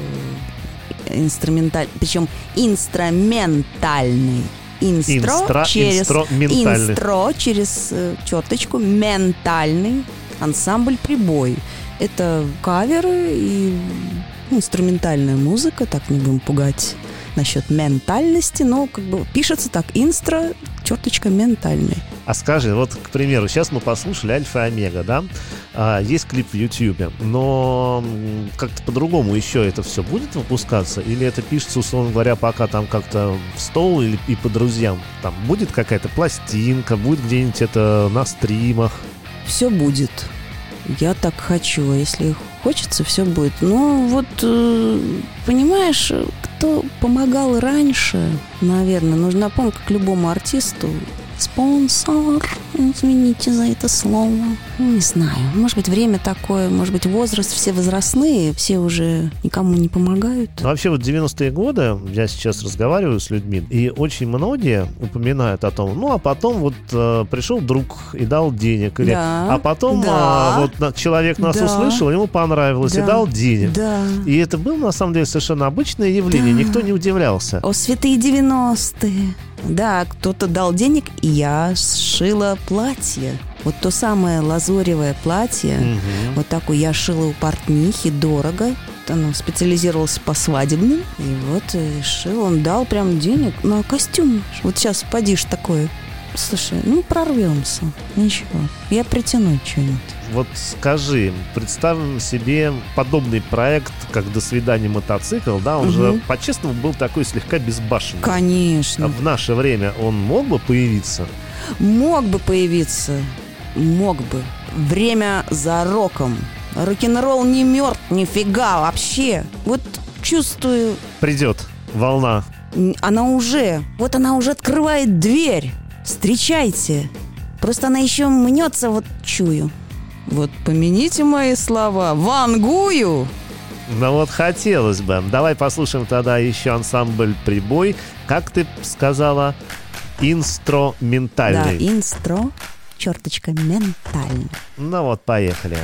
э, инструментальный, причем инструментальный. Инстро, Инстра- через инструментальный. инстро через э, черточку ментальный ансамбль «Прибой». Это каверы и инструментальная музыка, так не будем пугать насчет ментальности, но как бы пишется так: инстро, черточка, ментальный. А скажи, вот, к примеру, сейчас мы послушали «Альфа и Омега», да? А, есть клип в Ютьюбе, но м, как-то по-другому еще это все будет выпускаться? Или это пишется, условно говоря, пока там как-то в стол или и по друзьям? Там будет какая-то пластинка, будет где-нибудь это на стримах? Все будет. Я так хочу, а если хочется, все будет. Ну, вот, э, понимаешь, кто помогал раньше, наверное, нужно напомнить, как любому артисту, спонсор, извините за это слово. Не знаю, может быть, время такое, может быть, возраст, все возрастные, все уже никому не помогают. Ну, вообще, вот девяностые годы, я сейчас разговариваю с людьми, и очень многие упоминают о том, ну, а потом вот э, пришел друг и дал денег, или, Да, а потом да, э, вот на- человек нас да, услышал, ему понравилось, да, и дал денег. Да. И это было, на самом деле, совершенно обычное явление, Да. никто не удивлялся. О, святые девяностые. Да, кто-то дал денег, и я сшила платье. Вот то самое лазоревое платье. Мгм. Вот такое я шила у портнихи, дорого. Оно специализировалось по свадебным. И вот э, шил, он дал прям денег на костюм. Вот сейчас подишь такое. Слушай, ну прорвемся. Ничего. Я притяну что-нибудь. Вот скажи, представим себе подобный проект, как «До свидания, мотоцикл», да, он Мгм. же, по-честному, был такой слегка безбашенный. А Конечно. в наше время он мог бы появиться? Мог бы появиться. Мог бы. Время за роком. Рок-н-ролл не мертв, нифига вообще. Вот чувствую, Придет волна. м, она уже, вот она уже открывает дверь. Встречайте. Просто она еще мнется, вот чую. Вот помяните мои слова. Вангую. Ну вот хотелось бы. Давай послушаем тогда еще ансамбль «Прибой». Как ты сказала, Да, инструментальный. инстро, черточка, ментальный. Ну вот, поехали.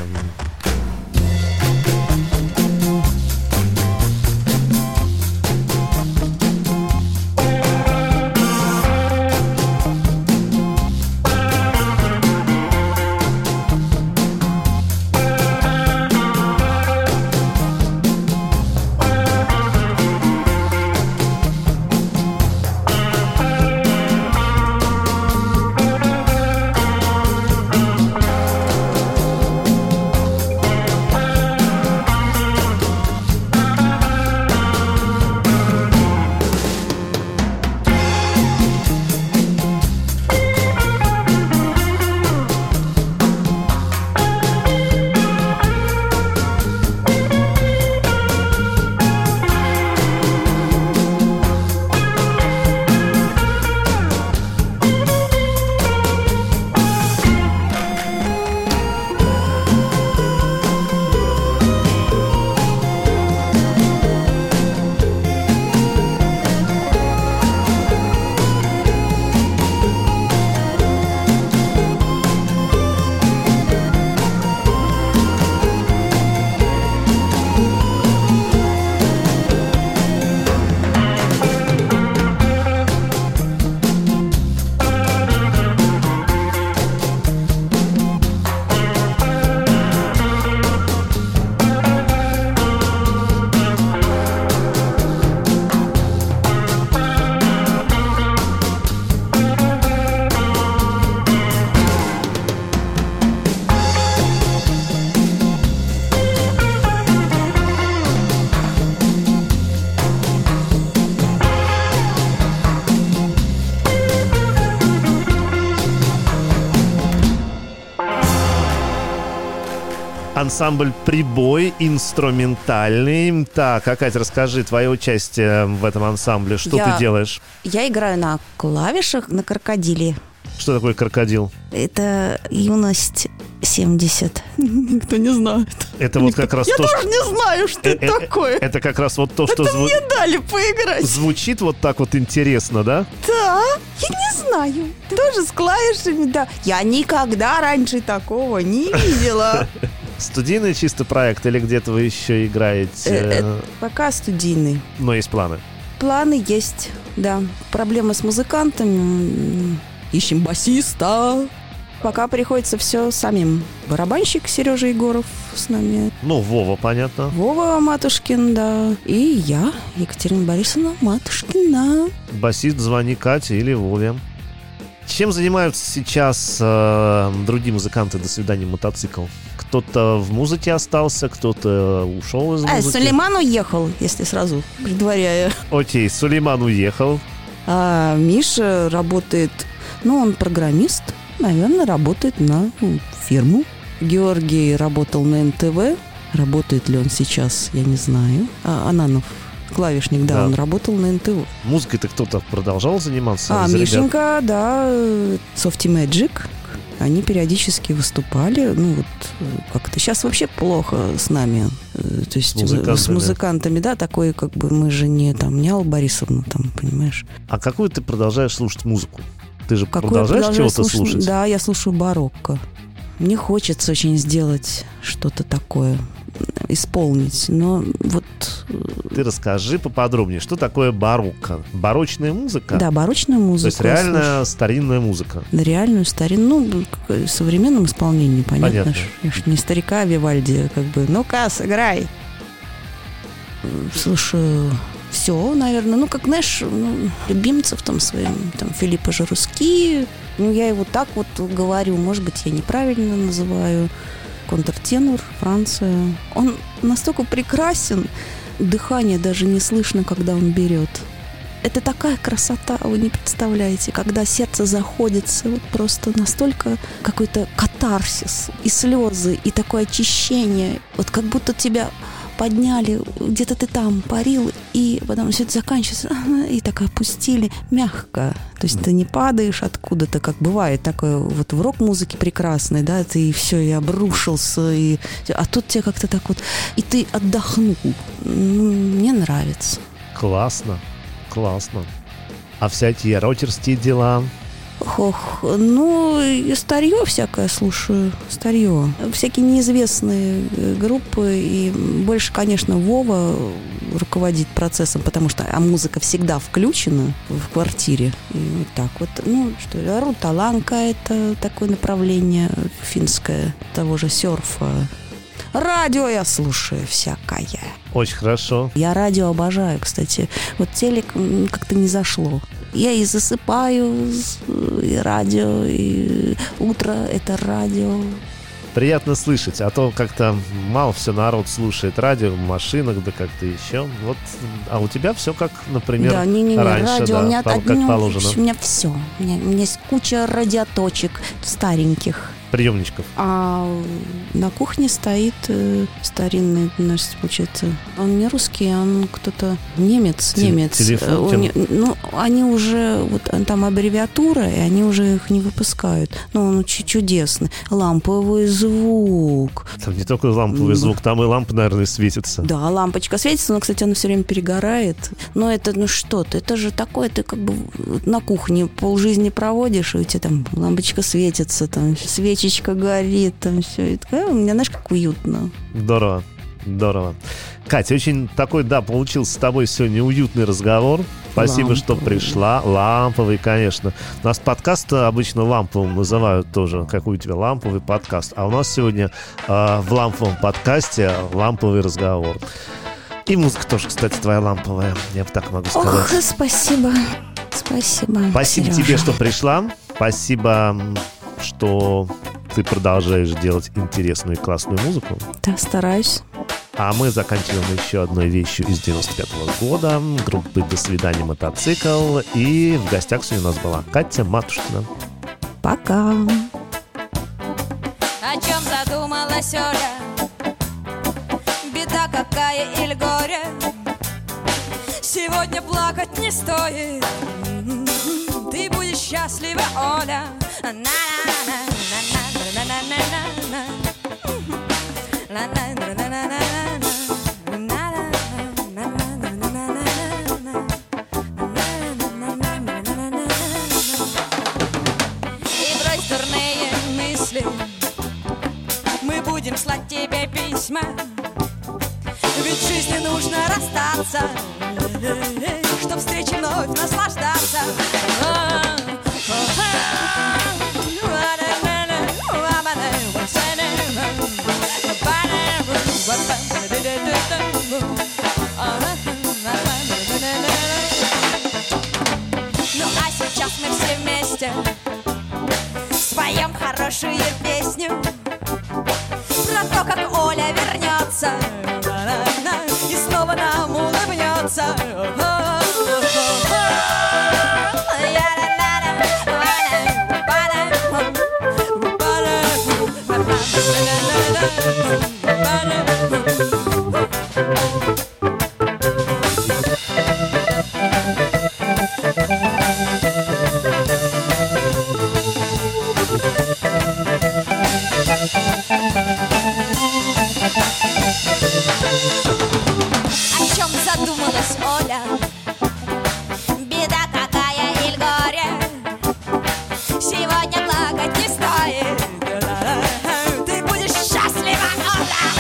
Ансамбль «Прибой», инструментальный. Так, а, Катя, расскажи, твое участие в этом ансамбле. Что Я- ты делаешь? Я играю на клавишах на крокодиле. Что такое крокодил? Это юность семьдесят. Никто не знает. Это вот как раз Я то, тоже что... не знаю, что э- это э- такое. Это как раз вот то, что Это зву- мне дали поиграть. звучит вот так вот интересно, да? Да, я не знаю. Тоже с клавишами, да. Я никогда раньше такого не видела. Студийный чисто проект или где-то вы еще играете? Э, э, Пока студийный. Но есть планы. Планы есть, да. Проблема с музыкантами. Ищем басиста. Пока приходится все самим. Барабанщик Сережа Егоров с нами. Ну, Вова, понятно. Вова Матушкин, да. И я, Екатерина Борисовна Матушкина. Басист, звони Кате или Вове. Чем занимаются сейчас э, другие музыканты «До свидания, мотоцикл»? Кто-то в музыке остался, кто-то ушел из А, музыки. Сулейман уехал, если сразу предваряя. Окей, Сулейман уехал. А Миша работает, ну, он программист, наверное, работает на ну, фирму. Георгий работал на эн тэ вэ. Работает ли он сейчас, я не знаю. А Ананов, клавишник, да, Да. он работал на эн тэ вэ. Музыкой-то кто-то продолжал заниматься? А, из ребят? Мишенька, да, Softy Magic. Они периодически выступали. Ну, вот э, как-то сейчас вообще плохо с нами. Э, То есть С музыкантами. с музыкантами, да, такой, как бы мы же не там, не Алла Борисовна, там, понимаешь. А какую ты продолжаешь слушать музыку? Ты же Какую продолжаешь продолжаю чего-то слушать? Да, я слушаю барокко. Мне хочется очень сделать что-то такое, исполнить, но вот... Ты расскажи поподробнее, что такое барокко? Барочная музыка? Да, барочную То музыку. есть я реально слушаю. старинная музыка. На реальную старину, ну, как, в современном исполнении, понятно. Понятно. ж. Я ж не старика Вивальди, как бы, ну-ка, сыграй. Слушаю все, наверное. Ну, как, знаешь, ну, любимцев там своим, там, Филиппа Жаруски. Ну, я его так вот говорю, может быть, я неправильно называю. Контртенор, Франция. Он настолько прекрасен, дыхание даже не слышно, когда он берет. Это такая красота, вы не представляете, когда сердце заходится, вот просто настолько какой-то катарсис, и слезы, и такое очищение, вот как будто тебя подняли, где-то ты там парил, и потом все это заканчивается, и так опустили мягко. То есть ты не падаешь откуда-то, как бывает такое вот в рок-музыке прекрасной, да, ты и все, и обрушился, и... а тут тебе как-то так вот, и ты отдохнул. Ну, мне нравится. Классно, классно. А всякие рокерские дела? Ох, ну, и старье всякое слушаю, старье. Всякие неизвестные э, группы, и больше, конечно, Вова руководит процессом, потому что а музыка всегда включена в квартире. И вот так вот. Ну, что ли, Руталанка — это такое направление финское, того же серфа. Радио я слушаю всякое. Очень хорошо. Я радио обожаю, кстати. Вот телек м, как-то не зашло. Я и засыпаю, с- и радио, и утро — это радио. Приятно слышать, а то как-то мало все народ слушает радио в машинах, да как-то еще. Вот, а у тебя все как, например, Да, не-не-не, раньше, радио да, у меня пол- так, как ну, положено. У меня все. У меня, у меня есть куча радиоточек стареньких. Приемничков. А на кухне стоит э, старинный наш, получается, он не русский, он кто-то немец, Те- немец. телефон, Э, у тем- не- ну, они уже, вот э, там аббревиатура, и они уже их не выпускают. Но он очень чудесный. Ламповый звук. Там не только ламповый Ну. звук, там и лампа, наверное, светится. Да, лампочка светится, но, кстати, она все время перегорает. Но это, ну что ты, это же такое, ты как бы на кухне полжизни проводишь, и у тебя там лампочка светится, там свечечка горит, там все. У меня, знаешь, как уютно. Здорово, здорово. Катя, очень такой, да, получился с тобой сегодня уютный разговор. Спасибо, что Ламповый. пришла. Ламповый, конечно. У нас подкаст обычно ламповым называют тоже. Какой у тебя ламповый подкаст. А у нас сегодня э, в ламповом подкасте ламповый разговор. И музыка тоже, кстати, твоя ламповая. Я бы так могу сказать. Ох, спасибо. Спасибо. Спасибо Сережа. тебе, что пришла. Спасибо, что ты продолжаешь делать интересную и классную музыку. Да, стараюсь. А мы заканчиваем еще одной вещью из девяносто пятого года. Группы «До свидания, мотоцикл». И в гостях сегодня у нас была Катя Матушкина. Пока. О чем задумалась Оля? Беда какая или горе? Сегодня плакать не стоит. Ты будешь счастлива, Оля. На-на-на-на-на-на-на-на-на. Мы будем слать тебе письма, ведь в жизни нужно расстаться, чтоб встречи вновь наслаждаться. Ну а сейчас мы все вместе споем хорошую песню про то, как Оля вернется и снова нам улыбнется. О чем задумалась Оля? Беда какая или горе? Сегодня плакать не стоит. Ты будешь счастлива, Оля.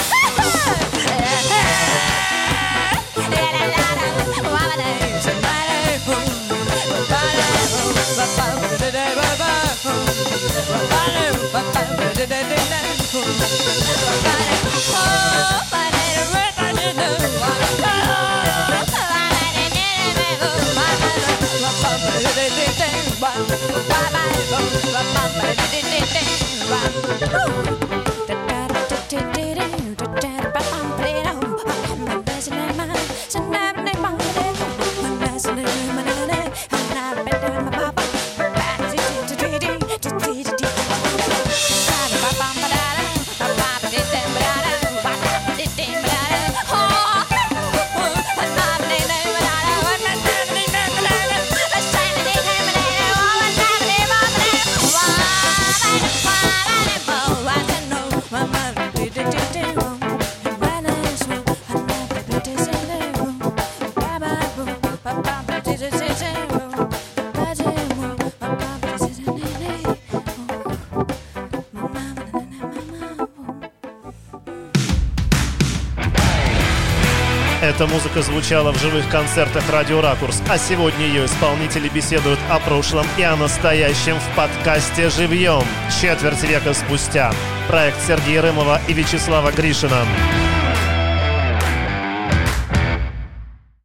Эта музыка звучала в живых концертах «Радио Ракурс», а сегодня ее исполнители беседуют о прошлом и о настоящем в подкасте «Живьем» четверть века спустя. Проект Сергея Рымова и Вячеслава Гришина.